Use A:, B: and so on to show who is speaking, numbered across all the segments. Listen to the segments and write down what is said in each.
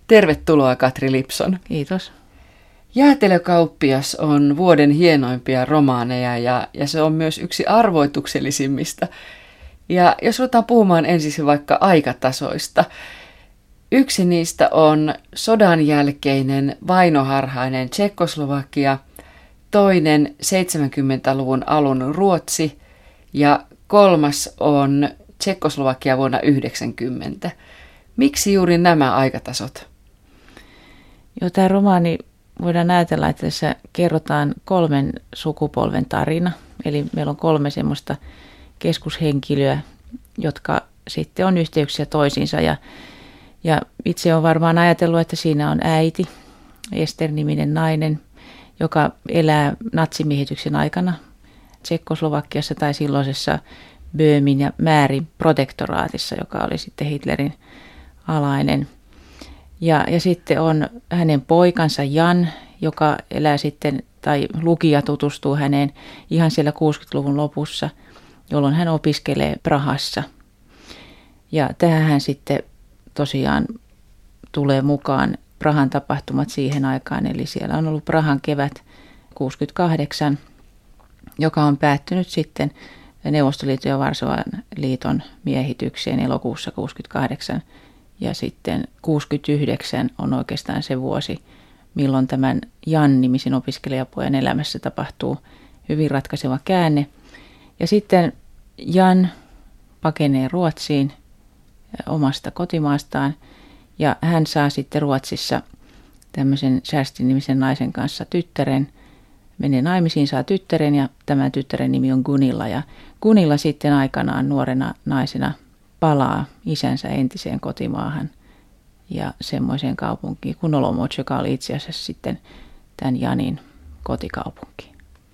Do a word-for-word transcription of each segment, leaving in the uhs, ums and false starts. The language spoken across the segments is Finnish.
A: Tervetuloa Katri Lipson.
B: Kiitos.
A: Jäätelökauppias on vuoden hienoimpia romaaneja ja, ja se on myös yksi arvoituksellisimmista. Ja jos ruvetaan puhumaan ensin vaikka aikatasoista. Yksi niistä on sodan jälkeinen vainoharhainen Tšekkoslovakia, toinen seitsemänkymmentäluvun alun Ruotsi ja kolmas on Tšekkoslovakia vuonna yhdeksänkymmentä. Miksi juuri nämä aikatasot?
B: Joo, tämä romaani voidaan ajatella, että tässä kerrotaan kolmen sukupolven tarina. Eli meillä on kolme semmoista keskushenkilöä, jotka sitten on yhteyksiä toisiinsa. Ja, ja itse olen varmaan ajatellut, että siinä on äiti, Ester-niminen nainen, joka elää natsimiehityksen aikana Tšekkoslovakiassa tai silloisessa Böömin ja Määrin protektoraatissa, joka oli sitten Hitlerin alainen. Ja, ja sitten on hänen poikansa Jan, joka elää sitten, tai lukija tutustuu häneen ihan siellä kuusikymmentäluvun lopussa, jolloin hän opiskelee Prahassa. Ja tähän hän sitten tosiaan tulee mukaan Prahan tapahtumat siihen aikaan, eli siellä on ollut Prahan kevät kuusikymmentäkahdeksan, joka on päättynyt sitten Neuvostoliiton ja Varsovan liiton miehitykseen elokuussa kuusikymmentäkahdeksan. Ja sitten kuusikymmentäyhdeksän on oikeastaan se vuosi, milloin tämän Jan-nimisen opiskelijapojan elämässä tapahtuu hyvin ratkaiseva käänne. Ja sitten Jan pakenee Ruotsiin omasta kotimaastaan ja hän saa sitten Ruotsissa tämmöisen Kerstin-nimisen naisen kanssa tyttären. Menee naimisiin, saa tyttären ja tämän tyttären nimi on Gunilla. Ja Gunilla sitten aikanaan nuorena naisena palaa isänsä entiseen kotimaahan ja semmoiseen kaupunkiin kuin Olomouc, joka oli itse asiassa sitten tämän Janin kotikaupunki.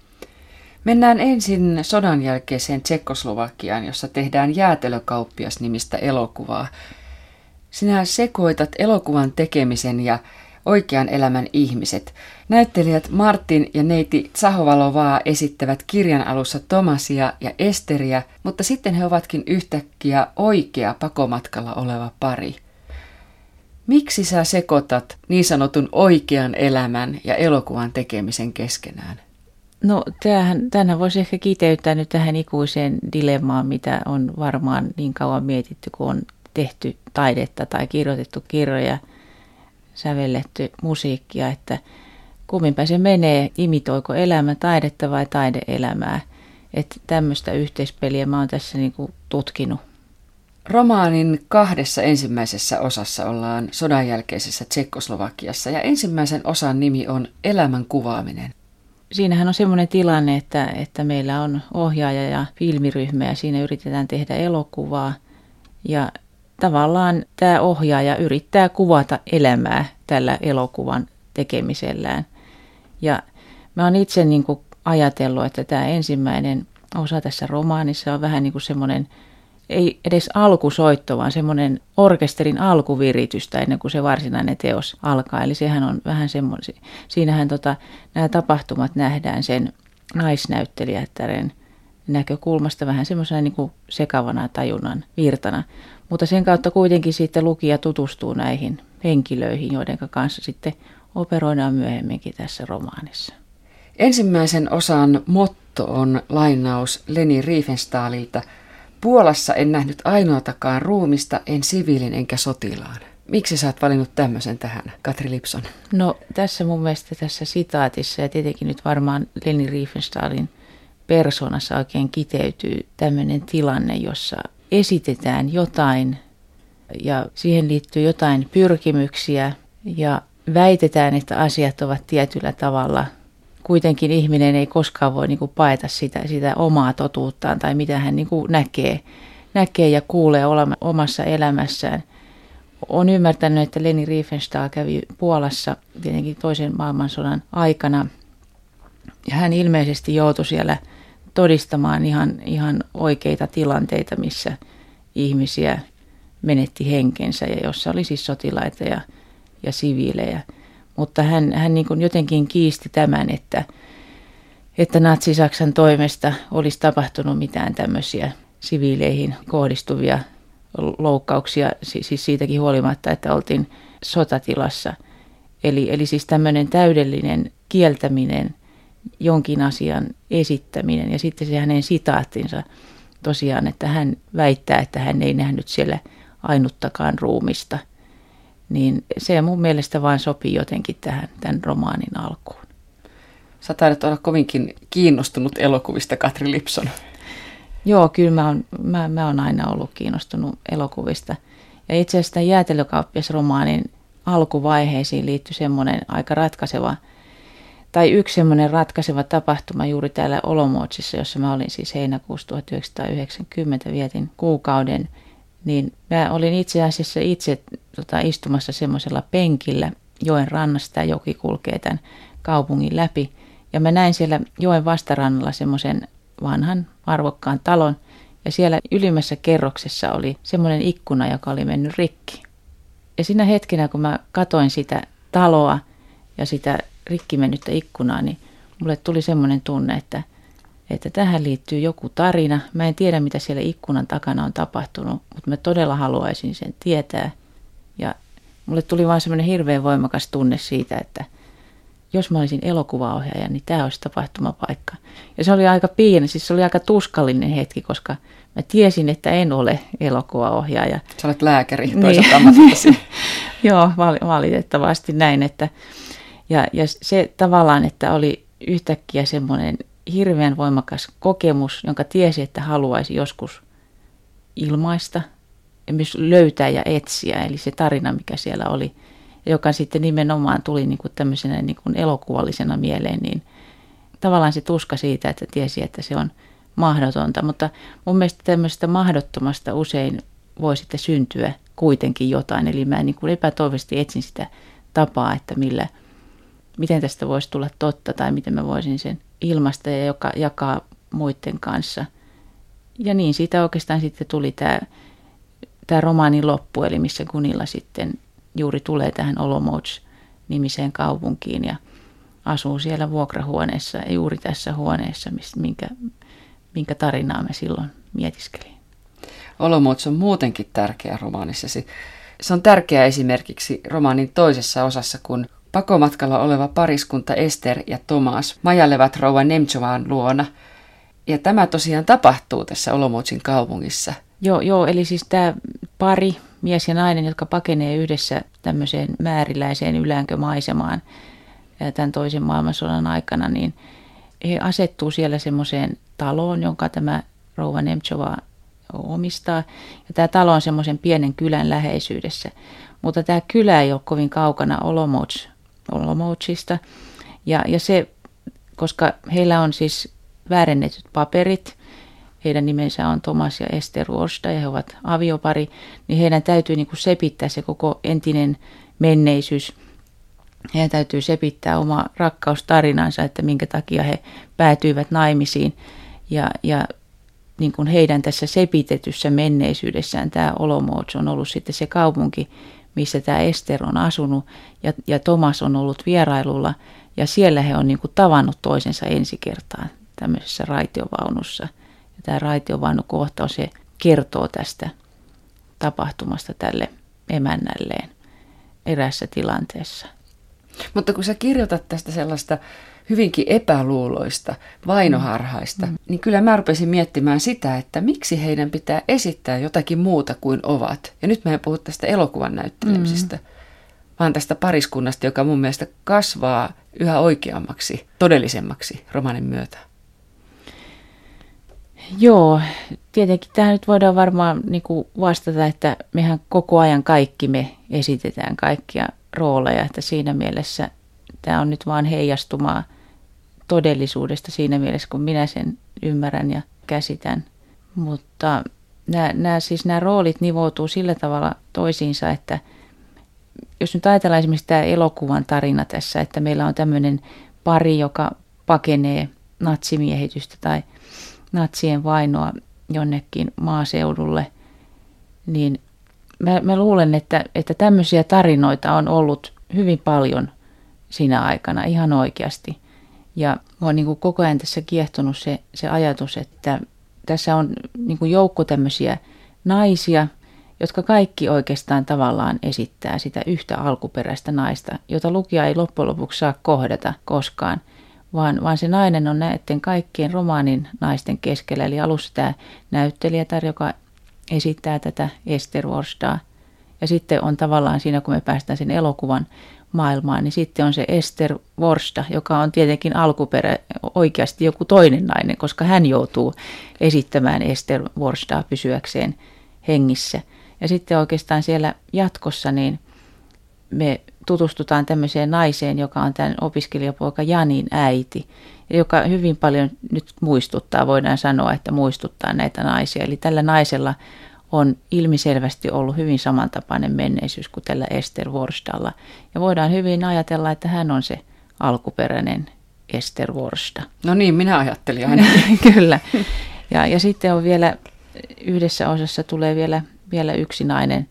A: Mennään ensin sodan jälkeiseen Tšekkoslovakiaan, jossa tehdään Jäätelökauppias-nimistä elokuvaa. Sinä sekoitat elokuvan tekemisen ja oikean elämän ihmiset. Näyttelijät Martin ja neiti Zahovalovaa esittävät kirjan alussa Tomasia ja Esteriä, mutta sitten he ovatkin yhtäkkiä oikea pakomatkalla oleva pari. Miksi sä sekoitat niin sanotun oikean elämän ja elokuvan tekemisen keskenään?
B: No tämähän, tämähän voisi ehkä kiteyttää nyt tähän ikuiseen dilemmaan, mitä on varmaan niin kauan mietitty, kun on tehty taidetta tai kirjoitettu kirjoja, sävelletty musiikkia, että kumminpäin se menee, imitoiko elämä taidetta vai taide-elämää. Että tämmöistä yhteispeliä mä oon tässä niinku tutkinut.
A: Romaanin kahdessa ensimmäisessä osassa ollaan sodan jälkeisessä Tšekkoslovakiassa ja ensimmäisen osan nimi on Elämän kuvaaminen.
B: Siinähän on semmoinen tilanne, että, että meillä on ohjaaja ja filmiryhmä ja siinä yritetään tehdä elokuvaa ja tavallaan tämä ohjaaja yrittää kuvata elämää tällä elokuvan tekemisellään. Ja mä oon itse niin kuin ajatellut, että tämä ensimmäinen osa tässä romaanissa on vähän niin kuin semmoinen, ei edes alkusoitto, vaan semmoinen orkesterin alkuviritystä ennen kuin se varsinainen teos alkaa. Eli sehän on vähän semmoinen, siinähän tota, nämä tapahtumat nähdään sen naisnäyttelijättären näkökulmasta vähän semmoisena niin kuin sekavana tajunnan virtana. Mutta sen kautta kuitenkin sitten lukija tutustuu näihin henkilöihin, joiden kanssa sitten operoidaan myöhemminkin tässä romaanissa.
A: Ensimmäisen osan motto on lainaus Leni Riefenstahlilta. Puolassa en nähnyt ainoatakaan ruumista, en siviilin enkä sotilaan. Miksi sä oot valinnut tämmöisen tähän, Katri Lipson?
B: No tässä mun mielestä tässä sitaatissa ja tietenkin nyt varmaan Leni Riefenstahlin persoonassa oikein kiteytyy tämmöinen tilanne, jossa esitetään jotain ja siihen liittyy jotain pyrkimyksiä ja väitetään, että asiat ovat tietyllä tavalla. Kuitenkin ihminen ei koskaan voi niin kuin paeta sitä, sitä omaa totuuttaan tai mitä hän niin kuin näkee, näkee ja kuulee omassa elämässään. Olen ymmärtänyt, että Leni Riefenstahl kävi Puolassa tietenkin toisen maailmansodan aikana ja hän ilmeisesti joutui siellä todistamaan ihan, ihan oikeita tilanteita, missä ihmisiä menetti henkensä ja jossa oli siis sotilaita ja, ja siviilejä. Mutta hän, hän niin kuin jotenkin kiisti tämän, että, että Natsi-Saksan toimesta olisi tapahtunut mitään tämmöisiä siviileihin kohdistuvia loukkauksia, siis siitäkin huolimatta, että oltiin sotatilassa. Eli, eli siis tämmöinen täydellinen kieltäminen, jonkin asian esittäminen ja sitten se hänen sitaattinsa tosiaan, että hän väittää, että hän ei nähnyt siellä ainuttakaan ruumista. Niin se mun mielestä vaan sopii jotenkin tähän tämän romaanin alkuun.
A: Sä taidat olla kovinkin kiinnostunut elokuvista, Katri Lipson.
B: Joo, kyllä mä oon, mä, mä oon aina ollut kiinnostunut elokuvista. Ja itse asiassa tämän Jäätelökauppias-romaanin alkuvaiheisiin liittyi semmoinen aika ratkaiseva, tai yksi semmoinen ratkaiseva tapahtuma juuri täällä Olomoutsissa, jossa mä olin siis heinäkuussa tuhatyhdeksänsataayhdeksänkymmentä, vietin kuukauden. Niin mä olin itse asiassa itse tota, istumassa semmoisella penkillä joen rannassa, tämä joki kulkee tämän kaupungin läpi. Ja mä näin siellä joen vastarannalla semmoisen vanhan arvokkaan talon. Ja siellä ylimmässä kerroksessa oli semmoinen ikkuna, joka oli mennyt rikki. Ja siinä hetkenä, kun mä katoin sitä taloa ja sitä rikki mennyttä ikkunaa, niin mulle tuli semmoinen tunne, että, että tähän liittyy joku tarina. Mä en tiedä, mitä siellä ikkunan takana on tapahtunut, mutta mä todella haluaisin sen tietää. Ja mulle tuli vaan semmoinen hirveän voimakas tunne siitä, että jos mä olisin elokuvaohjaaja, niin tämä olisi tapahtumapaikka. Ja se oli aika pieni, siis se oli aika tuskallinen hetki, koska mä tiesin, että en ole elokuvaohjaaja.
A: Sä olet lääkäri toisaalta ammatillasi.
B: Joo, valitettavasti näin. Että, ja, ja se tavallaan, että oli yhtäkkiä semmoinen hirveän voimakas kokemus, jonka tiesi, että haluaisi joskus ilmaista ja myös löytää ja etsiä. Eli se tarina, mikä siellä oli, joka sitten nimenomaan tuli niin kuin tämmöisenä niin kuin elokuvallisena mieleen, niin tavallaan se tuska siitä, että tiesi, että se on mahdotonta. Mutta mun mielestä tämmöisestä mahdottomasta usein voi sitten syntyä kuitenkin jotain. Eli mä niin kuin epätoivoisesti etsin sitä tapaa, että millä, miten tästä voisi tulla totta tai miten mä voisin sen ilmaista ja joka, jakaa muiden kanssa. Ja niin siitä oikeastaan sitten tuli tämä, tämä romaanin loppu, eli missä Gunilla sitten juuri tulee tähän Olomouc-nimiseen kaupunkiin ja asuu siellä vuokrahuoneessa ja juuri tässä huoneessa, minkä, minkä tarinaa mä silloin mietiskelin.
A: Olomouc on muutenkin tärkeä romaanissasi. Se on tärkeä esimerkiksi romaanin toisessa osassa, kun pakomatkalla oleva pariskunta Ester ja Tomas majailevat rouva Nemtsovaan luona. Ja tämä tosiaan tapahtuu tässä Olomoucin kaupungissa.
B: Joo, joo, eli siis tämä pari, mies ja nainen, jotka pakenee yhdessä tämmöiseen määriläiseen yläänkömaisemaan tämän toisen maailmansodan aikana, niin he asettuu siellä semmoiseen taloon, jonka tämä rouva Nemtsova omistaa. Ja tämä talo on semmoisen pienen kylän läheisyydessä, mutta tämä kylä ei ole kovin kaukana Olomouc, Olomoucista. Ja, ja se, koska heillä on siis väärennetyt paperit, heidän nimensä on Thomas ja Ester Ruosta ja he ovat aviopari, niin heidän täytyy niin kuin sepittää se koko entinen menneisyys. Heidän täytyy sepittää oma rakkaustarinansa, että minkä takia he päätyivät naimisiin. Ja, ja niin kuin heidän tässä sepitetyssä menneisyydessään tämä Olomouc on ollut sitten se kaupunki, missä tämä Ester on asunut ja, ja Thomas on ollut vierailulla. Ja siellä he on niin kuin tavannut toisensa ensi kertaa tämmöisessä raitiovaunussa. Ja tämä raitiovaunukohtaus se kertoo tästä tapahtumasta tälle emännälleen eräässä tilanteessa.
A: Mutta kun sä kirjoitat tästä sellaista hyvinkin epäluuloista, vainoharhaista, mm. niin kyllä mä rupesin miettimään sitä, että miksi heidän pitää esittää jotakin muuta kuin ovat. Ja nyt mä en puhu tästä elokuvan näyttelemisestä, mm. vaan tästä pariskunnasta, joka mun mielestä kasvaa yhä oikeammaksi, todellisemmaksi romaanin myötä.
B: Joo, tietenkin tähän nyt voidaan varmaan niin kuin vastata, että mehän koko ajan kaikki me esitetään kaikkia rooleja, että siinä mielessä tämä on nyt vaan heijastumaa todellisuudesta siinä mielessä, kun minä sen ymmärrän ja käsitän. Mutta nämä, nämä, siis nämä roolit nivoutuu sillä tavalla toisiinsa, että jos nyt ajatellaan esimerkiksi tämä elokuvan tarina tässä, että meillä on tämmöinen pari, joka pakenee natsimiehitystä tai natsien vainoa jonnekin maaseudulle, niin mä, mä luulen, että, että tämmöisiä tarinoita on ollut hyvin paljon siinä aikana ihan oikeasti. Ja mä oon niin kuin koko ajan tässä kiehtonut se, se ajatus, että tässä on niin kuin joukko tämmöisiä naisia, jotka kaikki oikeastaan tavallaan esittää sitä yhtä alkuperäistä naista, jota lukija ei loppujen lopuksi saa kohdata koskaan, vaan, vaan se nainen on näiden kaikkien romaanin naisten keskellä. Eli alussa tämä näyttelijätär, joka esittää tätä Ester Worsdaa, ja sitten on tavallaan siinä, kun me päästään sen elokuvan maailmaan, niin sitten on se Ester Worsda, joka on tietenkin alkuperä oikeasti joku toinen nainen, koska hän joutuu esittämään Ester Worsdaa pysyäkseen hengissä. Ja sitten oikeastaan siellä jatkossa niin me tutustutaan tämmöiseen naiseen, joka on tämän opiskelijapoika Janin äiti, joka hyvin paljon nyt muistuttaa, voidaan sanoa, että muistuttaa näitä naisia. Eli tällä naisella on ilmiselvästi ollut hyvin samantapainen menneisyys kuin tällä Ester Worsdalla. Ja voidaan hyvin ajatella, että hän on se alkuperäinen Ester Worsda.
A: No niin, minä ajattelin aina.
B: Kyllä. Ja, ja sitten on vielä, yhdessä osassa tulee vielä, vielä yksi nainen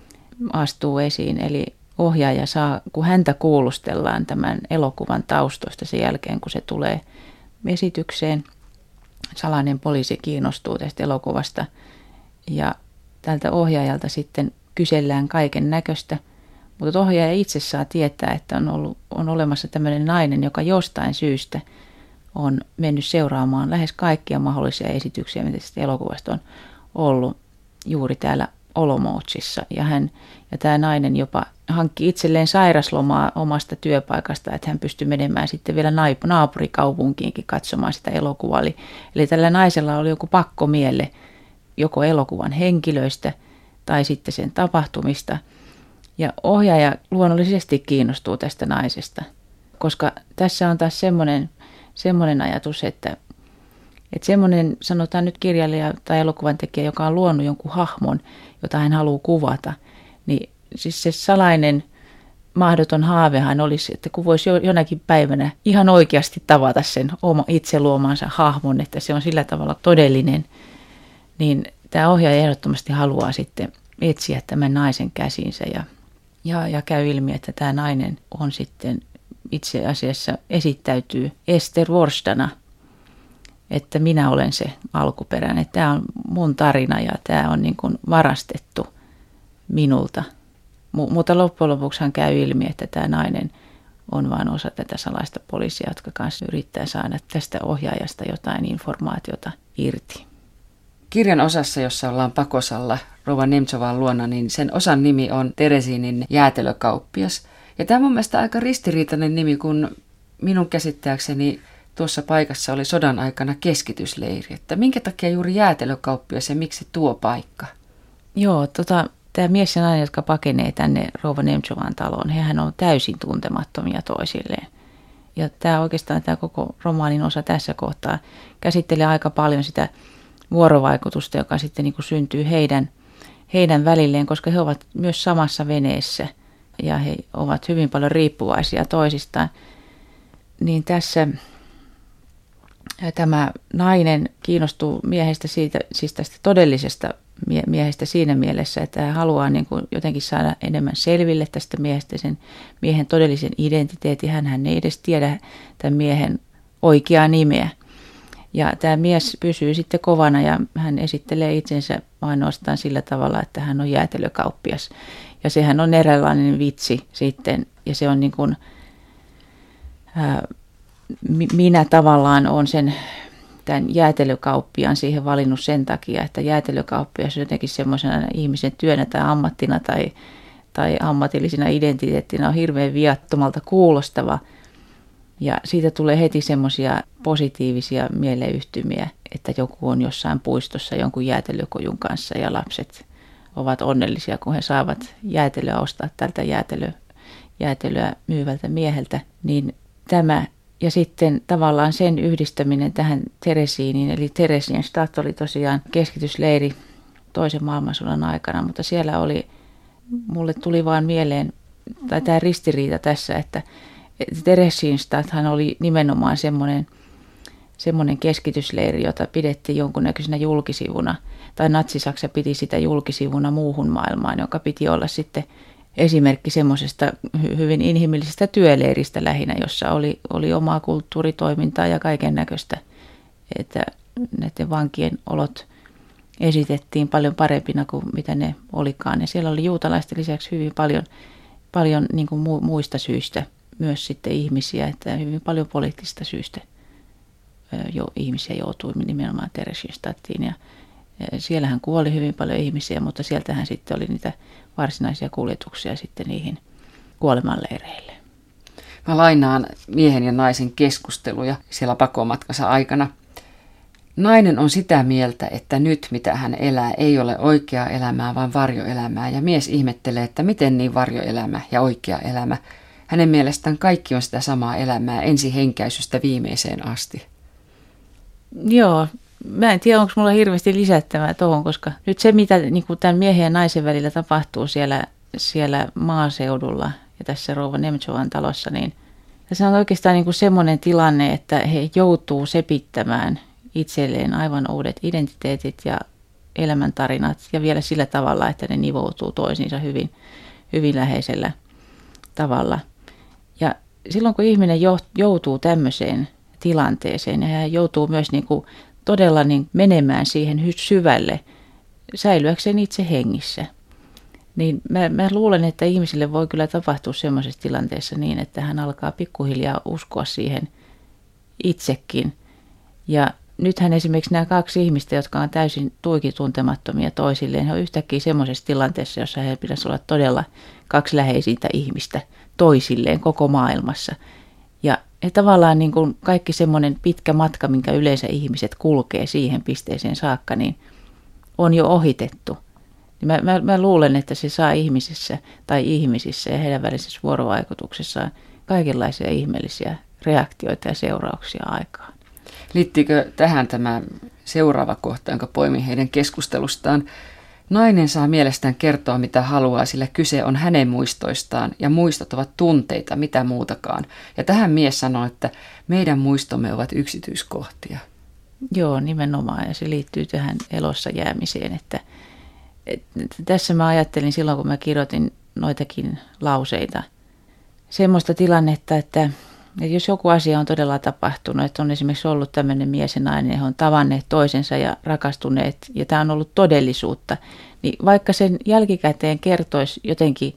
B: astuu esiin, eli ohjaaja saa, kun häntä kuulustellaan tämän elokuvan taustoista sen jälkeen, kun se tulee esitykseen. Salainen poliisi kiinnostuu tästä elokuvasta ja tältä ohjaajalta sitten kysellään kaiken näköistä, mutta ohjaaja itse saa tietää, että on, ollut, on olemassa tämmöinen nainen, joka jostain syystä on mennyt seuraamaan lähes kaikkia mahdollisia esityksiä, mitä tästä elokuvasta on ollut juuri täällä Olomoutsissa. Ja, hän, ja tämä nainen jopa hankki itselleen sairaslomaa omasta työpaikasta, että hän pystyi menemään sitten vielä naapurikaupunkiinkin katsomaan sitä elokuvaa. Eli, eli tällä naisella oli joku pakkomielle joko elokuvan henkilöistä tai sitten sen tapahtumista. Ja ohjaaja luonnollisesti kiinnostuu tästä naisesta, koska tässä on taas semmoinen, semmoinen ajatus, että, että semmoinen, sanotaan nyt kirjailija tai elokuvan tekijä, joka on luonut jonkun hahmon, jota hän haluaa kuvata, niin siis se salainen mahdoton haavehan olisi, että kun voisi jonakin päivänä ihan oikeasti tavata sen oma itse luomansa hahmon, että se on sillä tavalla todellinen, niin tämä ohjaaja ehdottomasti haluaa sitten etsiä tämän naisen käsinsä ja, ja, ja käy ilmi, että tämä nainen on sitten itse asiassa esittäytyy Ester Worstana, että minä olen se alkuperäinen. Tämä on mun tarina ja tämä on niin kuin varastettu minulta. M- mutta loppujen lopuksihan käy ilmi, että tämä nainen on vain osa tätä salaista poliisia, jotka kanssa yrittää saada tästä ohjaajasta jotain informaatiota irti.
A: Kirjan osassa, jossa ollaan pakosalla rouva Nemtsovan luona, niin sen osan nimi on Teresinin jäätelökauppias. Ja tämä on mun mielestä aika ristiriitainen nimi, kun minun käsittääkseni tuossa paikassa oli sodan aikana keskitysleiri. Että minkä takia juuri jäätelökauppias ja miksi tuo paikka?
B: Joo, tota, tämä mies ja nainen, jotka pakenee tänne rouva Nemtsovan taloon, hehän on täysin tuntemattomia toisilleen. Ja tämä oikeastaan tämä koko romaanin osa tässä kohtaa käsittelee aika paljon sitä vuorovaikutusta, joka sitten niin kuin syntyy heidän, heidän välilleen, koska he ovat myös samassa veneessä ja he ovat hyvin paljon riippuvaisia toisistaan. Niin tässä tämä nainen kiinnostuu miehestä siitä, siis tästä todellisesta miehestä siinä mielessä, että hän haluaa niin kuin jotenkin saada enemmän selville tästä miehestä, sen miehen todellisen identiteetin. Hänhän ei edes tiedä tämän miehen oikeaa nimeä. Ja tämä mies pysyy sitten kovana ja hän esittelee itsensä ainoastaan sillä tavalla, että hän on jäätelökauppias. Ja sehän on eräänlainen vitsi sitten ja se on niin kuin, ää, minä tavallaan olen sen tämän jäätelökauppiaan siihen valinnut sen takia, että jäätelökauppias on jotenkin semmoisena ihmisen työnä tai ammattina tai, tai ammatillisena identiteettinä on hirveän viattomalta kuulostava. Ja siitä tulee heti semmoisia positiivisia mieleyhtymiä, että joku on jossain puistossa jonkun jäätelökojun kanssa ja lapset ovat onnellisia, kun he saavat jäätelöä ostaa tältä jäätelö, jäätelöä myyvältä mieheltä. Niin tämä ja sitten tavallaan sen yhdistäminen tähän Teresiiniin, eli Theresienstadt oli tosiaan keskitysleiri toisen maailmansodan aikana, mutta siellä oli, mulle tuli vaan mieleen, tai tämä ristiriita tässä, että Theresienstadthan oli nimenomaan semmoinen, semmoinen keskitysleiri, jota pidettiin jonkunnäköisenä julkisivuna, tai Natsi-Saksa piti sitä julkisivuna muuhun maailmaan, joka piti olla sitten esimerkki semmoisesta hyvin inhimillisestä työleiristä lähinnä, jossa oli, oli omaa kulttuuritoimintaa ja kaiken näköistä, että näiden vankien olot esitettiin paljon parempina kuin mitä ne olikaan. Ja siellä oli juutalaisten lisäksi hyvin paljon, paljon niin kuin muista syistä myös sitten ihmisiä, että hyvin paljon poliittisista syistä jo, ihmisiä joutui nimenomaan Theresienstadtiin. Ja siellähän kuoli hyvin paljon ihmisiä, mutta sieltähän sitten oli niitä varsinaisia kuljetuksia sitten niihin kuolemanleireille.
A: Mä lainaan miehen ja naisen keskusteluja siellä pakomatkansa aikana. Nainen on sitä mieltä, että nyt mitä hän elää ei ole oikeaa elämää, vaan varjoelämää. Ja mies ihmettelee, että miten niin varjoelämä ja oikea elämä. Hänen mielestään kaikki on sitä samaa elämää ensi henkäisystä viimeiseen asti.
B: Joo, mä en tiedä, onko mulla hirveästi lisättävää tuohon, koska nyt se, mitä niin kuin tämän miehen ja naisen välillä tapahtuu siellä, siellä maaseudulla ja tässä rouva Nemtsovan talossa, niin se on oikeastaan niin kuin semmoinen tilanne, että he joutuu sepittämään itselleen aivan uudet identiteetit ja elämäntarinat ja vielä sillä tavalla, että ne nivoutuu toisiinsa hyvin, hyvin läheisellä tavalla. Ja silloin kun ihminen joutuu tämmöiseen tilanteeseen ja hän joutuu myös niin kuin todella niin menemään siihen syvälle säilyäkseen itse hengissä, niin mä, mä luulen, että ihmisille voi kyllä tapahtua semmoisessa tilanteessa niin, että hän alkaa pikkuhiljaa uskoa siihen itsekin. Ja nythän esimerkiksi nämä kaksi ihmistä, jotka on täysin tuiki tuntemattomia toisilleen, he on yhtäkkiä semmoisessa tilanteessa, jossa he pitäisi olla todella kaksi läheisintä ihmistä toisilleen koko maailmassa. Ja he tavallaan niin kuin kaikki semmoinen pitkä matka, minkä yleensä ihmiset kulkee siihen pisteeseen saakka, niin on jo ohitettu. Mä, mä, mä luulen, että se saa ihmisissä tai ihmisissä ja heidän välisessä vuorovaikutuksessaan kaikenlaisia ihmeellisiä reaktioita ja seurauksia aikaan.
A: Liittyykö tähän tämä seuraava kohta, jonka poimin heidän keskustelustaan? Nainen saa mielestään kertoa mitä haluaa, sillä kyse on hänen muistoistaan ja muistot ovat tunteita, mitä muutakaan. Ja tähän mies sanoo, että meidän muistomme ovat yksityiskohtia.
B: Joo, nimenomaan ja se liittyy tähän elossa jäämiseen. Että, että tässä mä ajattelin silloin, kun mä kirjoitin noitakin lauseita, semmoista tilannetta, että että jos joku asia on todella tapahtunut, että on esimerkiksi ollut tämmöinen mies ja nainen, he on tavanneet toisensa ja rakastuneet, ja tämä on ollut todellisuutta, niin vaikka sen jälkikäteen kertoisi jotenkin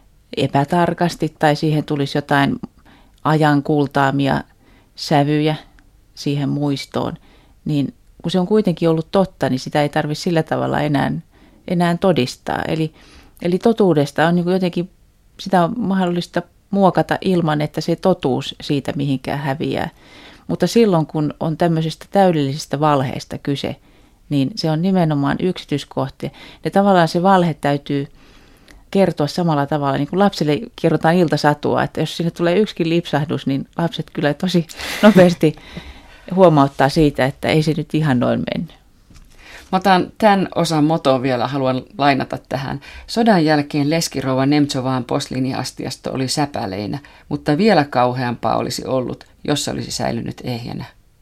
B: epätarkasti tai siihen tulisi jotain ajan kultaamia sävyjä siihen muistoon, niin kun se on kuitenkin ollut totta, niin sitä ei tarvitse sillä tavalla enää, enää todistaa. Eli, eli totuudesta on niin kuin jotenkin, sitä on mahdollista muokata ilman, että se totuus siitä mihinkään häviää. Mutta silloin, kun on tämmöisestä täydellisestä valheesta kyse, niin se on nimenomaan yksityiskohtia. Ja tavallaan se valhe täytyy kertoa samalla tavalla, niin kuin lapsille kerrotaan iltasatua, että jos sinne tulee yksikin lipsahdus, niin lapset kyllä tosi nopeasti huomauttaa siitä, että ei se nyt ihan noin mennyt.
A: Mä otan tämän osan motoa vielä, haluan lainata tähän. Sodan jälkeen leskirouva Nemtsovaan posliiniastiasto oli säpäleinä, mutta vielä kauheampaa olisi ollut, jos se olisi säilynyt ehjänä.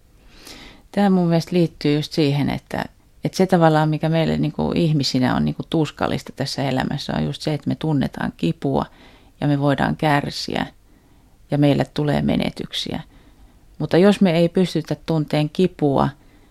B: Tämä mun mielestä liittyy just siihen, että, että se tavallaan, mikä meille niin kuin ihmisinä on niin kuin tuskallista tässä elämässä, on just se, että me tunnetaan kipua ja me voidaan kärsiä ja meille tulee menetyksiä. Mutta jos me ei pystytä tunteen kipua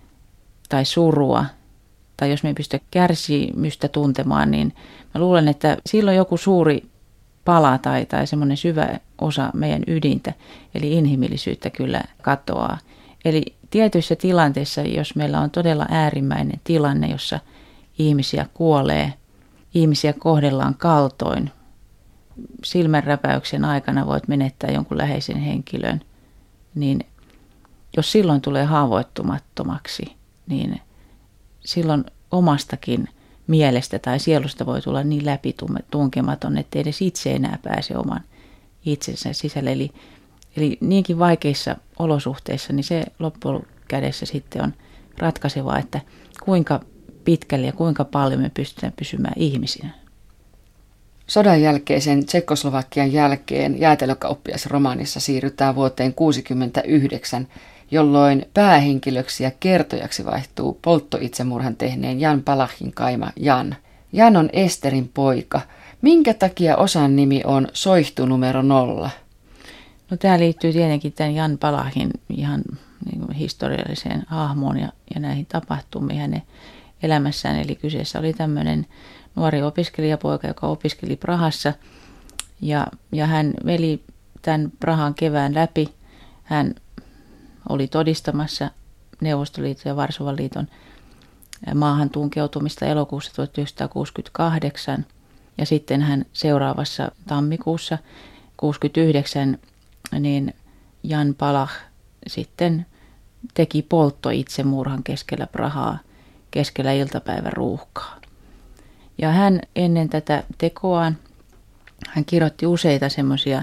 B: tai surua, tai jos me ei pysty kärsimystä tuntemaan, niin mä luulen, että silloin joku suuri pala tai, tai semmoinen syvä osa meidän ydintä, eli inhimillisyyttä kyllä katoaa. Eli tietyissä tilanteissa, jos meillä on todella äärimmäinen tilanne, jossa ihmisiä kuolee, ihmisiä kohdellaan kaltoin, silmänräpäyksen aikana voit menettää jonkun läheisen henkilön, niin jos silloin tulee haavoittumattomaksi, niin silloin omastakin mielestä tai sielusta voi tulla niin läpitunkematon, että edes itse enää pääse oman itsensä sisälle. Eli, eli niinkin vaikeissa olosuhteissa, niin se loppukädessä sitten on ratkaisevaa, että kuinka pitkälle ja kuinka paljon me pystytään pysymään ihmisinä.
A: Sodan jälkeisen Tsekkoslovakian jälkeen jäätelökauppiasromaanissa siirrytään vuoteen kuusikymmentäyhdeksän, jolloin päähenkilöksi ja kertojaksi vaihtuu polttoitsemurhan tehneen Jan Palachin kaima Jan. Jan on Esterin poika. Minkä takia osan nimi on Soihtu numero nolla?
B: No, tämä liittyy tietenkin tämän Jan Palachin ihan niin kuin historialliseen hahmoon ja, ja näihin tapahtumiin. Hänen elämässään. Eli kyseessä oli tämmöinen nuori opiskelijapoika, joka opiskeli Prahassa ja, ja hän veli tämän Prahan kevään läpi. Hän oli todistamassa Neuvostoliiton ja Varsovan liiton maahan tunkeutumista elokuussa tuhatyhdeksänsataakuusikymmentäkahdeksan ja sitten hän seuraavassa tammikuussa kuusikymmentäyhdeksän niin Jan Palach sitten teki polttoitsemurhan keskellä Prahaa, keskellä iltapäivän ruuhkaa. Ja hän ennen tätä tekoaan, hän kirjoitti useita semmoisia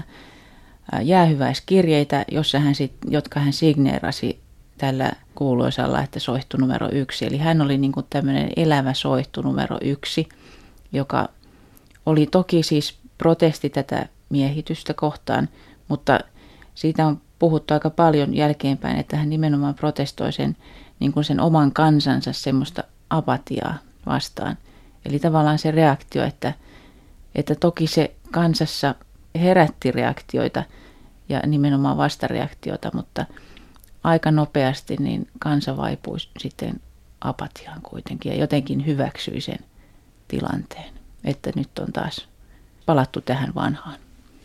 B: jäähyväiskirjeitä, jossa hän sit, jotka hän signeerasi tällä kuuluisalla, että soihtu numero yksi. Eli hän oli niin kuin tämmöinen elävä soihtu numero yksi, joka oli toki siis protesti tätä miehitystä kohtaan, mutta siitä on puhuttu aika paljon jälkeenpäin, että hän nimenomaan protestoi sen, niin kuin sen oman kansansa semmoista apatiaa vastaan. Eli tavallaan se reaktio, että, että toki se kansassa herätti reaktioita ja nimenomaan vastareaktiota, mutta aika nopeasti niin kansa vaipui sitten apatiaan kuitenkin ja jotenkin hyväksyi sen tilanteen, että nyt on taas palattu tähän vanhaan.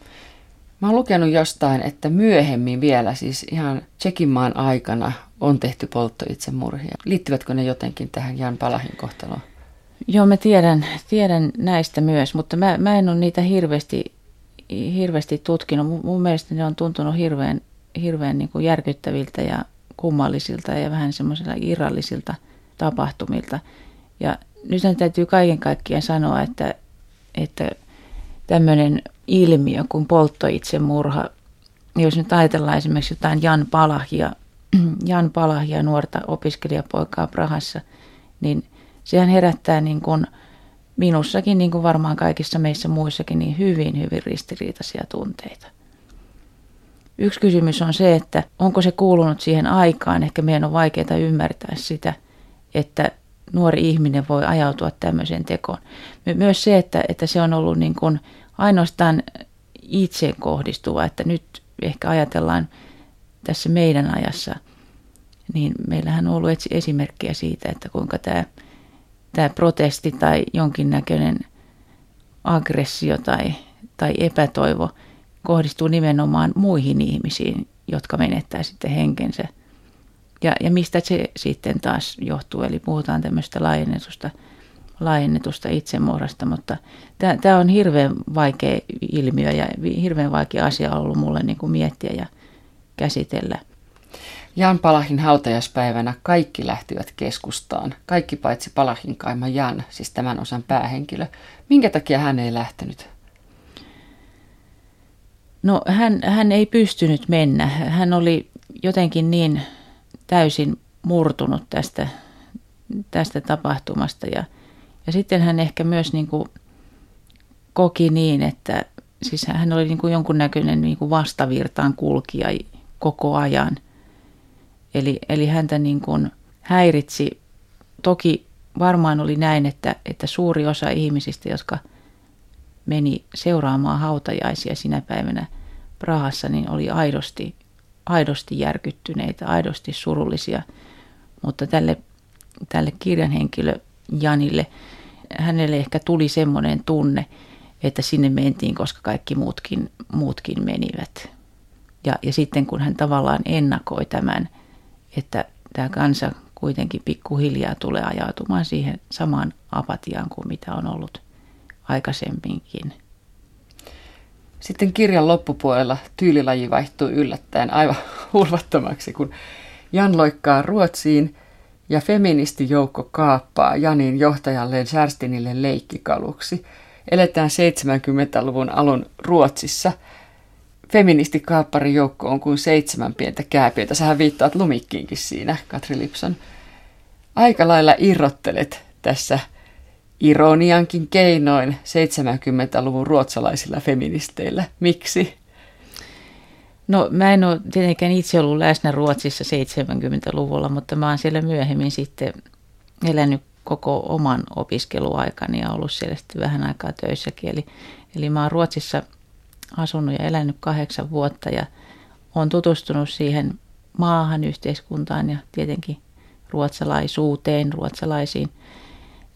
A: Mä oon lukenut jostain, että myöhemmin vielä, siis ihan Tšekinmaan aikana, on tehty polttoitsemurhia. Liittyvätkö ne jotenkin tähän Jan Palachin kohtaloon?
B: Joo, mä tiedän, tiedän näistä myös, mutta mä, mä en ole niitä hirveästi, hirveästi tutkinut. Mun mielestä ne on tuntunut hirveän, hirveän niin kuin järkyttäviltä ja kummallisilta ja vähän semmoisilla irrallisilta tapahtumilta. Ja nyt täytyy kaiken kaikkiaan sanoa, että, että tämmöinen ilmiö kuin polttoitsemurha, jos nyt ajatellaan esimerkiksi jotain Jan Palachia, Jan Palachia, nuorta opiskelijapoikaa Prahassa, niin sehän herättää niin kuin minussakin, niin kuin varmaan kaikissa meissä muissakin, niin hyvin, hyvin ristiriitaisia tunteita. Yksi kysymys on se, että onko se kuulunut siihen aikaan, ehkä meidän on vaikeaa ymmärtää sitä, että nuori ihminen voi ajautua tämmöiseen tekoon. Myös se, että, että se on ollut niin kuin ainoastaan itseen kohdistuva, että nyt ehkä ajatellaan tässä meidän ajassa, niin meillähän on ollut esimerkkejä siitä, että kuinka tämä, tämä protesti tai jonkinnäköinen aggressio tai, tai epätoivo kohdistuu nimenomaan muihin ihmisiin, jotka menettää sitten henkensä. Ja, ja mistä se sitten taas johtuu, eli puhutaan tämmöistä laajennetusta, laajennetusta itsemurhasta, mutta tämä on hirveän vaikea ilmiö ja hirveän vaikea asia ollut mulle niin kuin miettiä ja käsitellä.
A: Jan Palachin hautajaispäivänä kaikki lähtivät keskustaan, kaikki paitsi Palachin kaima Jan, siis tämän osan päähenkilö. Minkä takia hän ei lähtenyt?
B: No hän, hän ei pystynyt mennä. Hän oli jotenkin niin täysin murtunut tästä, tästä tapahtumasta ja, ja sitten hän ehkä myös niin kuin koki niin, että siis hän oli niin kuin jonkunnäköinen niin kuin vastavirtaan kulkija koko ajan. Eli, eli häntä niin kuin häiritsi, toki varmaan oli näin, että, että suuri osa ihmisistä, jotka meni seuraamaan hautajaisia sinä päivänä Prahassa, niin oli aidosti, aidosti järkyttyneitä, aidosti surullisia. Mutta tälle, tälle kirjanhenkilö Janille, hänelle ehkä tuli semmoinen tunne, että sinne mentiin, koska kaikki muutkin, muutkin menivät. Ja, ja sitten kun hän tavallaan ennakoi tämän, että tämä kansa kuitenkin pikkuhiljaa tulee ajautumaan siihen samaan apatiaan kuin mitä on ollut aikaisemminkin.
A: Sitten kirjan loppupuolella tyylilaji vaihtuu yllättäen aivan hulvattomaksi, kun Jan loikkaa Ruotsiin ja feministijoukko kaappaa Janin johtajalleen Kerstinille leikkikaluksi. Eletään seitsemänkymmentäluvun alun Ruotsissa. Feministikaapparijoukko on kuin seitsemän pientä kääpiötä. Sähän viittaat Lumikkiinkin siinä, Katri Lipson. Aika lailla irrottelet tässä ironiankin keinoin seitsemänkymmentäluvun ruotsalaisilla feministeillä. Miksi?
B: No mä en ole tietenkään itse ollut läsnä Ruotsissa seitsemänkymmentäluvulla, mutta mä oon siellä myöhemmin sitten elänyt koko oman opiskeluaikani ja ollut siellä sitten vähän aikaa töissäkin. Eli, eli mä oon Ruotsissa asunut ja elänyt kahdeksan vuotta ja olen tutustunut siihen maahan, yhteiskuntaan ja tietenkin ruotsalaisuuteen, ruotsalaisiin.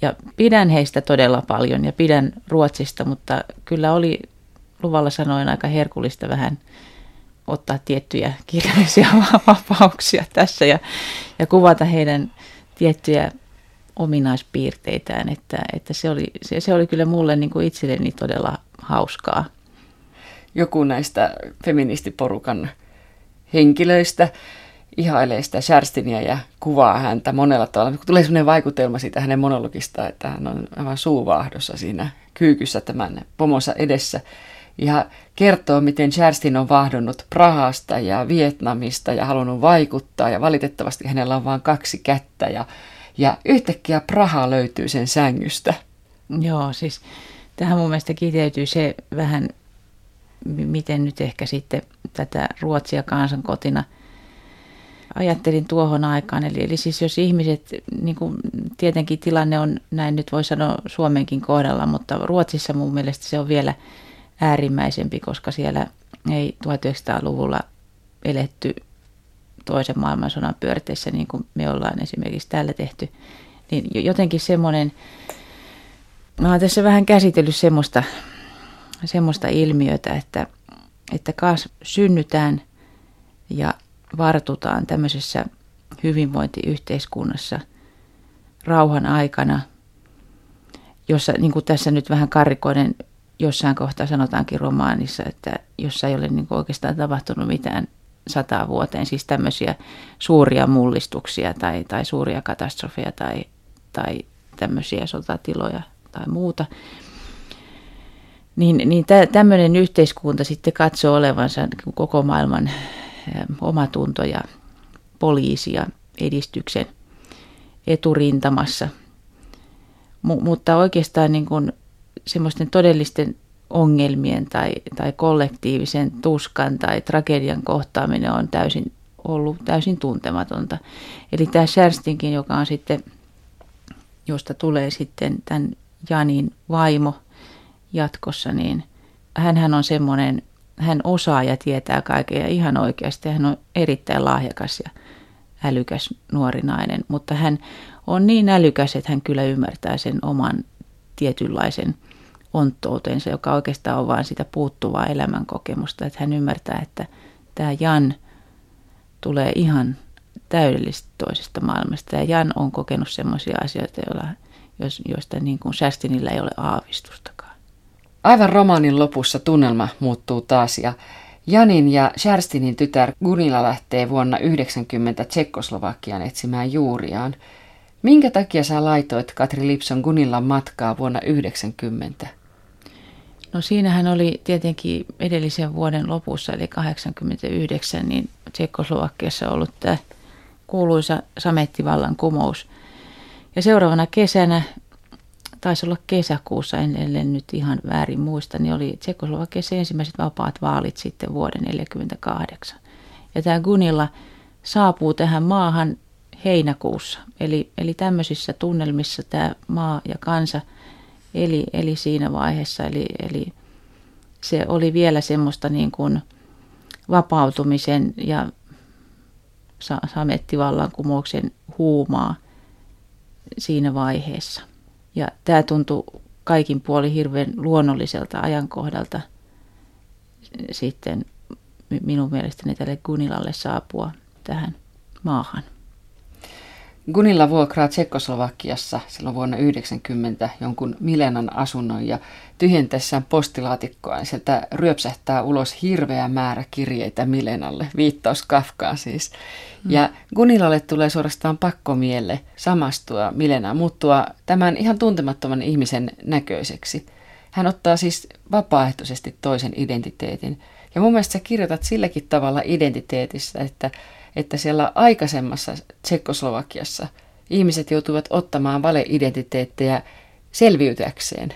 B: Ja pidän heistä todella paljon ja pidän Ruotsista, mutta kyllä oli luvalla sanoen aika herkullista vähän ottaa tiettyjä kirjallisia vapauksia tässä ja, ja kuvata heidän tiettyjä ominaispiirteitään, että, että se, oli, se, se oli kyllä mulle niin kuin itselleni todella hauskaa.
A: Joku näistä feministiporukan henkilöistä ihailee sitä Kjerstinia ja kuvaa häntä monella tavalla. Tulee sellainen vaikutelma siitä hänen monologista, että hän on aivan suuvaahdossa siinä kyykyssä tämän pomonsa edessä. Ja kertoo, miten Kjerstin on vahdonnut Prahasta ja Vietnamista ja halunnut vaikuttaa. Ja valitettavasti hänellä on vain kaksi kättä ja, ja yhtäkkiä Praha löytyy sen sängystä.
B: Joo, siis tähän mun mielestä kiteytyy se vähän, miten nyt ehkä sitten tätä Ruotsia kansankotina ajattelin tuohon aikaan. Eli, eli siis jos ihmiset, niin kuin tietenkin tilanne on näin nyt voi sanoa Suomenkin kohdalla, mutta Ruotsissa mun mielestä se on vielä äärimmäisempi, koska siellä ei tuhatyhdeksänsataaluvulla eletty toisen maailmansodan pyörteissä niin kuin me ollaan esimerkiksi täällä tehty. Niin jotenkin semmoinen, mä oon tässä vähän käsitellyt semmoista, semmoista ilmiötä, että, että kas synnytään ja vartutaan tämmöisessä hyvinvointiyhteiskunnassa rauhan aikana, jossa niin kuin tässä nyt vähän karrikoiden jossain kohtaa sanotaankin romaanissa, että jossa ei ole niin kuin oikeastaan tapahtunut mitään sataa vuoteen, siis tämmöisiä suuria mullistuksia tai, tai suuria katastrofeja tai, tai tämmöisiä sotatiloja tai muuta, niin, niin tä, tämmöinen yhteiskunta sitten katsoo olevansa koko maailman omatunto ja poliisi ja edistyksen eturintamassa. M- mutta oikeastaan niin kuin semmoisten todellisten ongelmien tai, tai kollektiivisen tuskan tai tragedian kohtaaminen on täysin ollut täysin tuntematonta. Eli tämä Kjerstinkin, joka on sitten, josta tulee sitten tämän Janin vaimo jatkossa, niin hänhän on semmoinen, hän osaa ja tietää kaiken ja ihan oikeasti. Hän on erittäin lahjakas ja älykäs nuori nainen, mutta hän on niin älykäs, että hän kyllä ymmärtää sen oman tietynlaisen onttoutensa, joka oikeastaan on vain sitä puuttuvaa elämänkokemusta. Että hän ymmärtää, että tämä Jan tulee ihan täydellisesti toisesta maailmasta. Ja Jan on kokenut sellaisia asioita, joista niin kuin Kjerstinillä ei ole aavistustakaan.
A: Aivan romaanin lopussa tunnelma muuttuu taas ja Janin ja Kjerstinin tytär Gunilla lähtee vuonna yhdeksänkymmentä Tsekkoslovakiaan etsimään juuriaan. Minkä takia sä laitoit, Katri Lipson, Gunillan matkaa vuonna yhdeksänkymmentä?
B: No siinähän oli tietenkin edellisen vuoden lopussa, eli kahdeksankymmentäyhdeksän, niin Tsekkoslovakiassa ollut tämä kuuluisa samettivallankumous. Ja seuraavana kesänä, taisi olla kesäkuussa, en, en nyt ihan väärin muista, niin oli Tsekkoslovakiassa ensimmäiset vapaat vaalit sitten vuoden tuhatyhdeksänsataaneljäkymmentäkahdeksan. Ja tämä Gunilla saapuu tähän maahan heinäkuussa. Eli, eli tämmöisissä tunnelmissa tämä maa ja kansa eli, eli siinä vaiheessa. Eli, eli se oli vielä semmoista niin kuin vapautumisen ja sa- samettivallankumouksen huumaa siinä vaiheessa. Ja tämä tuntui kaikin puolin hirveän luonnolliselta ajankohdalta sitten minun mielestäni tälle Gunilalle saapua tähän maahan.
A: Gunilla vuokraa Tsekkoslovakiassa silloin vuonna yhdeksänkymmentä jonkun Milenan asunnon ja tyhjentessään postilaatikkoa sieltä ryöpsähtää ulos hirveä määrä kirjeitä Milenalle, viittaus Kafkaan siis. Mm. Ja Gunilalle tulee suorastaan pakkomielle samastua Milenaan, muuttua tämän ihan tuntemattoman ihmisen näköiseksi. Hän ottaa siis vapaaehtoisesti toisen identiteetin. Ja mun mielestä sä kirjoitat silläkin tavalla identiteetissä, että että siellä aikaisemmassa Tsekkoslovakiassa ihmiset joutuivat ottamaan valeidentiteettejä selviytyäkseen.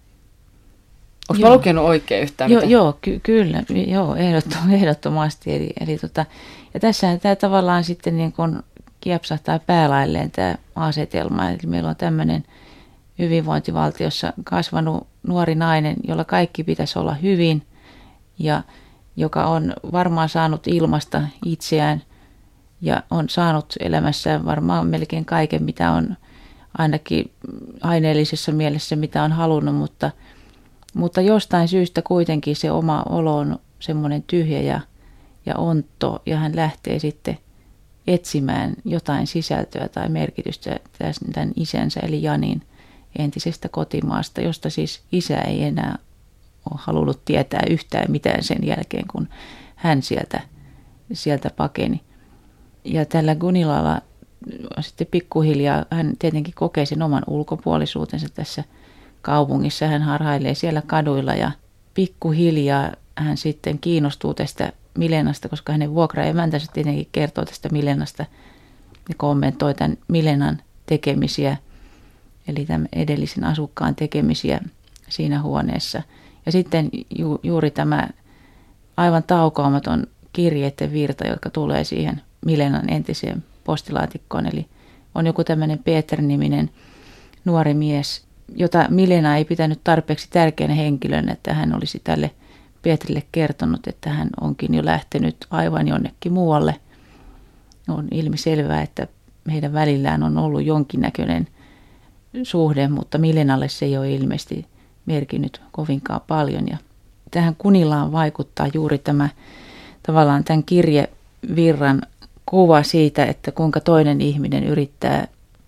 A: Onko mä lukenut oikein yhtään?
B: Joo,
A: mitä?
B: joo ky- kyllä, joo, ehdottom- ehdottomasti. Eli, eli tota, ja tässä tämä tavallaan sitten niin kun kiepsahtaa päälailleen tämä asetelma. Eli meillä on tämmöinen hyvinvointivaltiossa kasvanut nuori nainen, jolla kaikki pitäisi olla hyvin ja joka on varmaan saanut ilmasta itseään ja on saanut elämässään varmaan melkein kaiken, mitä on ainakin aineellisessa mielessä, mitä on halunnut, mutta, mutta jostain syystä kuitenkin se oma olo on semmoinen tyhjä ja, ja onto, ja hän lähtee sitten etsimään jotain sisältöä tai merkitystä tämän isänsä eli Janin entisestä kotimaasta, josta siis isä ei enää ole halunnut tietää yhtään mitään sen jälkeen, kun hän sieltä, sieltä pakeni. Ja tällä Gunilalla sitten pikkuhiljaa hän tietenkin kokee sen oman ulkopuolisuutensa tässä kaupungissa. Hän harhailee siellä kaduilla ja pikkuhiljaa hän sitten kiinnostuu tästä Milenasta, koska hänen vuokraemäntänsä tietenkin kertoo tästä Milenasta ja kommentoi tämän Milenan tekemisiä, eli tämän edellisen asukkaan tekemisiä siinä huoneessa. Ja sitten ju, juuri tämä aivan taukoamaton kirjeiden virta, jotka tulee siihen Milenan entiseen postilaatikkoon. Eli on joku tämmöinen Peter-niminen nuori mies, jota Milena ei pitänyt tarpeeksi tärkeänä henkilönä, että hän olisi tälle Petrille kertonut, että hän onkin jo lähtenyt aivan jonnekin muualle. On ilmiselvää, että heidän välillään on ollut jonkinnäköinen suhde, mutta Milenalle se ei ole ilmeisesti merkinnyt kovinkaan paljon. Ja tähän Kunilaan vaikuttaa juuri tämä tavallaan tämän kirjevirran kuva siitä, että kuinka toinen ihminen yrittää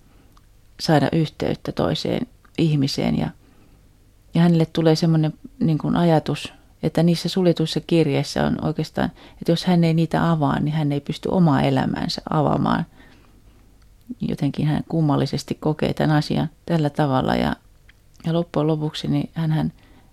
B: saada yhteyttä toiseen ihmiseen. Ja, ja hänelle tulee semmoinen niin kuin ajatus, että niissä suljetuissa kirjeissä on oikeastaan, että jos hän ei niitä avaa, niin hän ei pysty omaa elämäänsä avaamaan. Jotenkin hän kummallisesti kokee tämän asian tällä tavalla ja, ja loppujen lopuksi niin hän, hän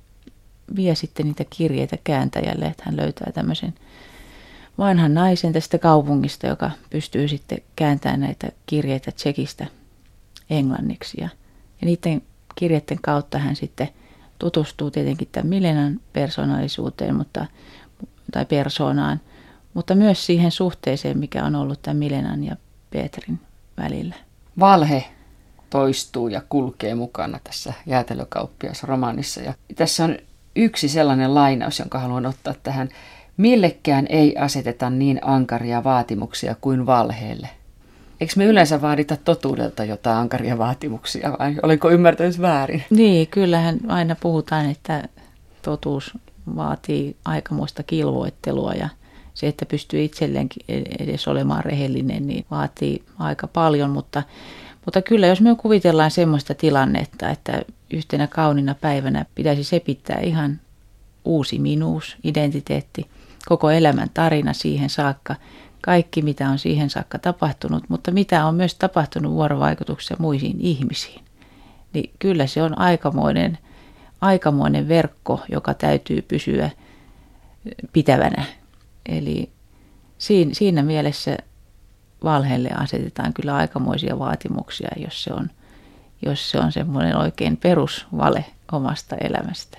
B: vie sitten niitä kirjeitä kääntäjälle, että hän löytää tämmöisen vanhan naisen tästä kaupungista, joka pystyy sitten kääntämään näitä kirjeitä tsekistä englanniksi. Ja, ja niiden kirjeiden kautta hän sitten tutustuu tietenkin tämän Milenan persoonallisuuteen mutta, tai persoonaan, mutta myös siihen suhteeseen, mikä on ollut tämän Milenan ja Petrin välillä.
A: Valhe toistuu ja kulkee mukana tässä Jäätelökauppias-romaanissa. Ja tässä on yksi sellainen lainaus, jonka haluan ottaa tähän. Millekään ei aseteta niin ankaria vaatimuksia kuin valheelle. Eikö me yleensä vaadita totuudelta jotain ankaria vaatimuksia vai olenko ymmärtänyt väärin?
B: Niin, kyllähän aina puhutaan, että totuus vaatii aikamoista kilvoittelua ja se, että pystyy itselleenkin edes olemaan rehellinen, niin vaatii aika paljon. Mutta, mutta kyllä, jos me kuvitellaan semmoista tilannetta, että yhtenä kaunina päivänä pitäisi sepittää ihan uusi minuus, identiteetti, koko elämän tarina siihen saakka, kaikki mitä on siihen saakka tapahtunut, mutta mitä on myös tapahtunut vuorovaikutuksessa muihin ihmisiin, niin kyllä se on aikamoinen, aikamoinen verkko, joka täytyy pysyä pitävänä. Eli siinä, siinä mielessä valheelle asetetaan kyllä aikamoisia vaatimuksia, jos se on, jos se on semmoinen oikein perusvale omasta elämästä.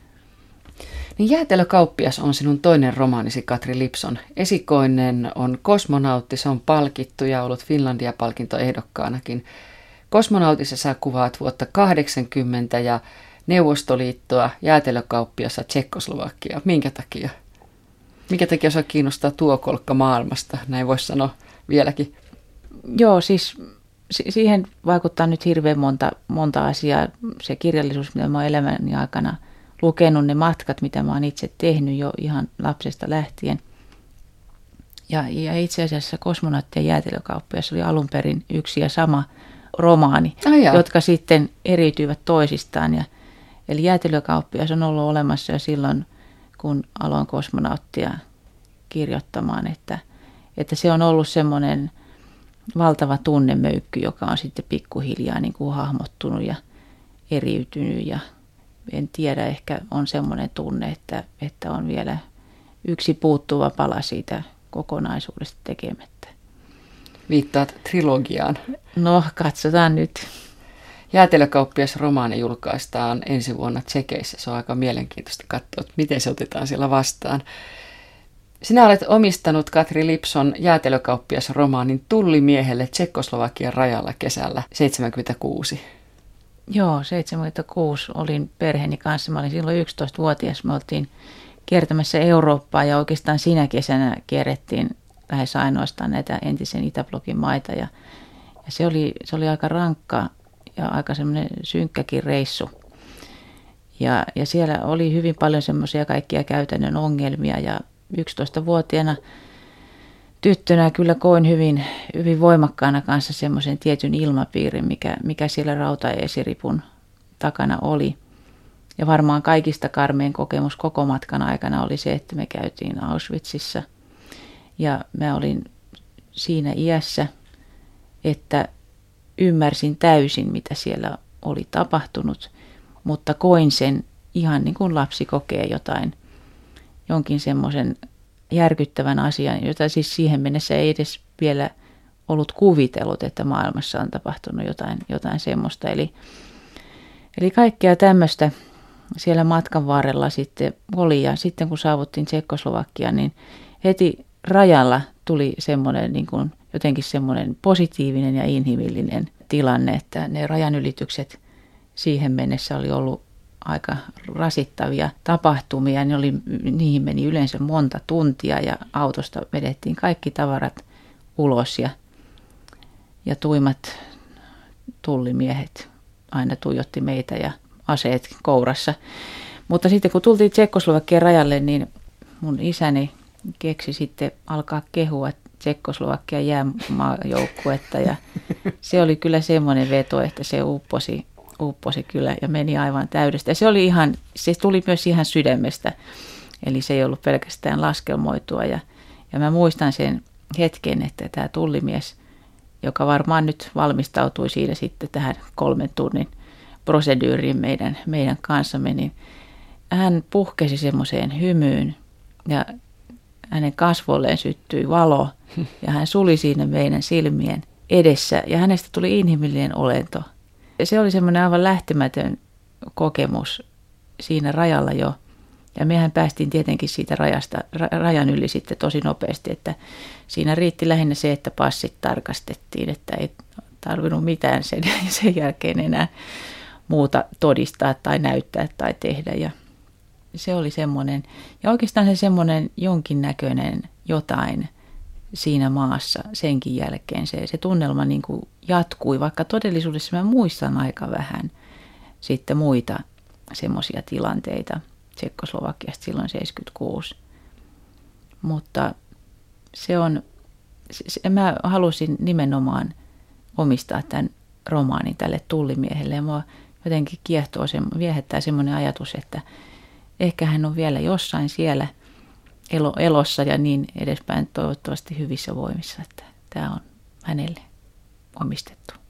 A: Niin Jäätelökauppias on sinun toinen romaanisi, Katri Lipson. Esikoinen on Kosmonautti, se on palkittu ja ollut Finlandia-palkintoehdokkaanakin. Kosmonautissa sä kuvaat vuotta kahdeksankymmentä ja Neuvostoliittoa, Jäätelökauppiassa Tsekkoslovakia. Minkä takia? Minkä takia sua kiinnostaa tuo kolkka maailmasta, näin voisi sanoa vieläkin?
B: Joo, siis siihen vaikuttaa nyt hirveän monta, monta asiaa. Se kirjallisuus, mitä mä oon elämäni aikana lukenut, ne matkat, mitä mä oon itse tehnyt jo ihan lapsesta lähtien. Ja, ja itse asiassa Kosmonautti ja Jäätelökauppias oli alun perin yksi ja sama romaani,
A: oh,
B: jotka sitten eriytyivät toisistaan. Ja, eli Jäätelökauppias on ollut olemassa jo silloin, kun aloin Kosmonauttia kirjoittamaan, että, että se on ollut semmoinen valtava tunnemöykky, joka on sitten pikkuhiljaa niin kuin hahmottunut ja eriytynyt ja en tiedä, ehkä on semmoinen tunne, että, että on vielä yksi puuttuva pala siitä kokonaisuudesta tekemättä.
A: Viittaat trilogiaan.
B: No, katsotaan nyt.
A: Jäätelökauppias romaani julkaistaan ensi vuonna Tsekeissä. Se on aika mielenkiintoista katsoa, miten se otetaan siellä vastaan. Sinä olet omistanut, Katri Lipson, Jäätelökauppias romaanin Tullimiehelle Tsekkoslovakian rajalla kesällä seitsemänkymmentäkuusi.
B: Joo, seitsemänkymmentäkuusi olin perheeni kanssa. Mä olin silloin yksitoistavuotias. Me oltiin kiertämässä Eurooppaa ja oikeastaan sinä kesänä kierrettiin lähes ainoastaan näitä entisen Itäblokin maita. Ja, ja se, oli, se oli aika rankka ja aika semmoinen synkkäkin reissu. Ja, ja siellä oli hyvin paljon semmoisia kaikkia käytännön ongelmia ja yksitoistavuotiaana tyttönä kyllä koin hyvin, hyvin voimakkaana kanssa semmoisen tietyn ilmapiirin, mikä, mikä siellä rautaesiripun takana oli. Ja varmaan kaikista karmein kokemus koko matkan aikana oli se, että me käytiin Auschwitzissa. Ja mä olin siinä iässä, että ymmärsin täysin, mitä siellä oli tapahtunut, mutta koin sen ihan niin kuin lapsi kokee jotain, jonkin semmoisen järkyttävän asian, jota siis siihen mennessä ei edes vielä ollut kuvitellut, että maailmassa on tapahtunut jotain, jotain semmoista. Eli, eli kaikkea tämmöistä siellä matkan varrella sitten oli, ja sitten kun saavuttiin Tsekkoslovakiaan, niin heti rajalla tuli semmoinen niin kuin jotenkin semmoinen positiivinen ja inhimillinen tilanne, että ne rajanylitykset siihen mennessä oli ollut aika rasittavia tapahtumia. Ne oli, niihin meni yleensä monta tuntia ja autosta vedettiin kaikki tavarat ulos ja, ja tuimat tullimiehet aina tuijotti meitä ja aseet kourassa. Mutta sitten kun tultiin Tsekkoslovakian rajalle, niin mun isäni keksi sitten alkaa kehua Tsekkoslovakian jäämaajoukkuetta ja se oli kyllä semmoinen veto, että se upposi, upposi kyllä ja meni aivan täydestä. Ja se oli ihan, se tuli myös ihan sydämestä, eli se ei ollut pelkästään laskelmoitua ja, ja mä muistan sen hetken, että tämä tullimies, joka varmaan nyt valmistautui siinä sitten tähän kolmen tunnin proseduuriin meidän, meidän kanssamme, niin hän puhkesi semmoiseen hymyyn ja hänen kasvoilleen syttyi valo ja hän suli siinä meidän silmien edessä ja hänestä tuli inhimillinen olento. Ja se oli semmoinen aivan lähtemätön kokemus siinä rajalla jo. Ja mehän päästiin tietenkin siitä rajasta, rajan yli sitten tosi nopeasti, että siinä riitti lähinnä se, että passit tarkastettiin, että ei tarvinnut mitään sen, sen jälkeen enää muuta todistaa tai näyttää tai tehdä. Ja se oli semmoinen, ja oikeastaan se semmoinen jonkinnäköinen jotain siinä maassa senkin jälkeen. Se, se tunnelma niin kuin jatkui, vaikka todellisuudessa mä muistan aika vähän sitten muita semmoisia tilanteita Tsekkoslovakiasta silloin seitsemänkymmentäkuusi. Mutta se on, se, mä halusin nimenomaan omistaa tämän romaanin tälle tullimiehelle ja mua jotenkin kiehtoo, se, viehättää semmoinen ajatus, että ehkä hän on vielä jossain siellä elo, elossa ja niin edespäin, toivottavasti hyvissä voimissa, että tämä on hänelle omistettu.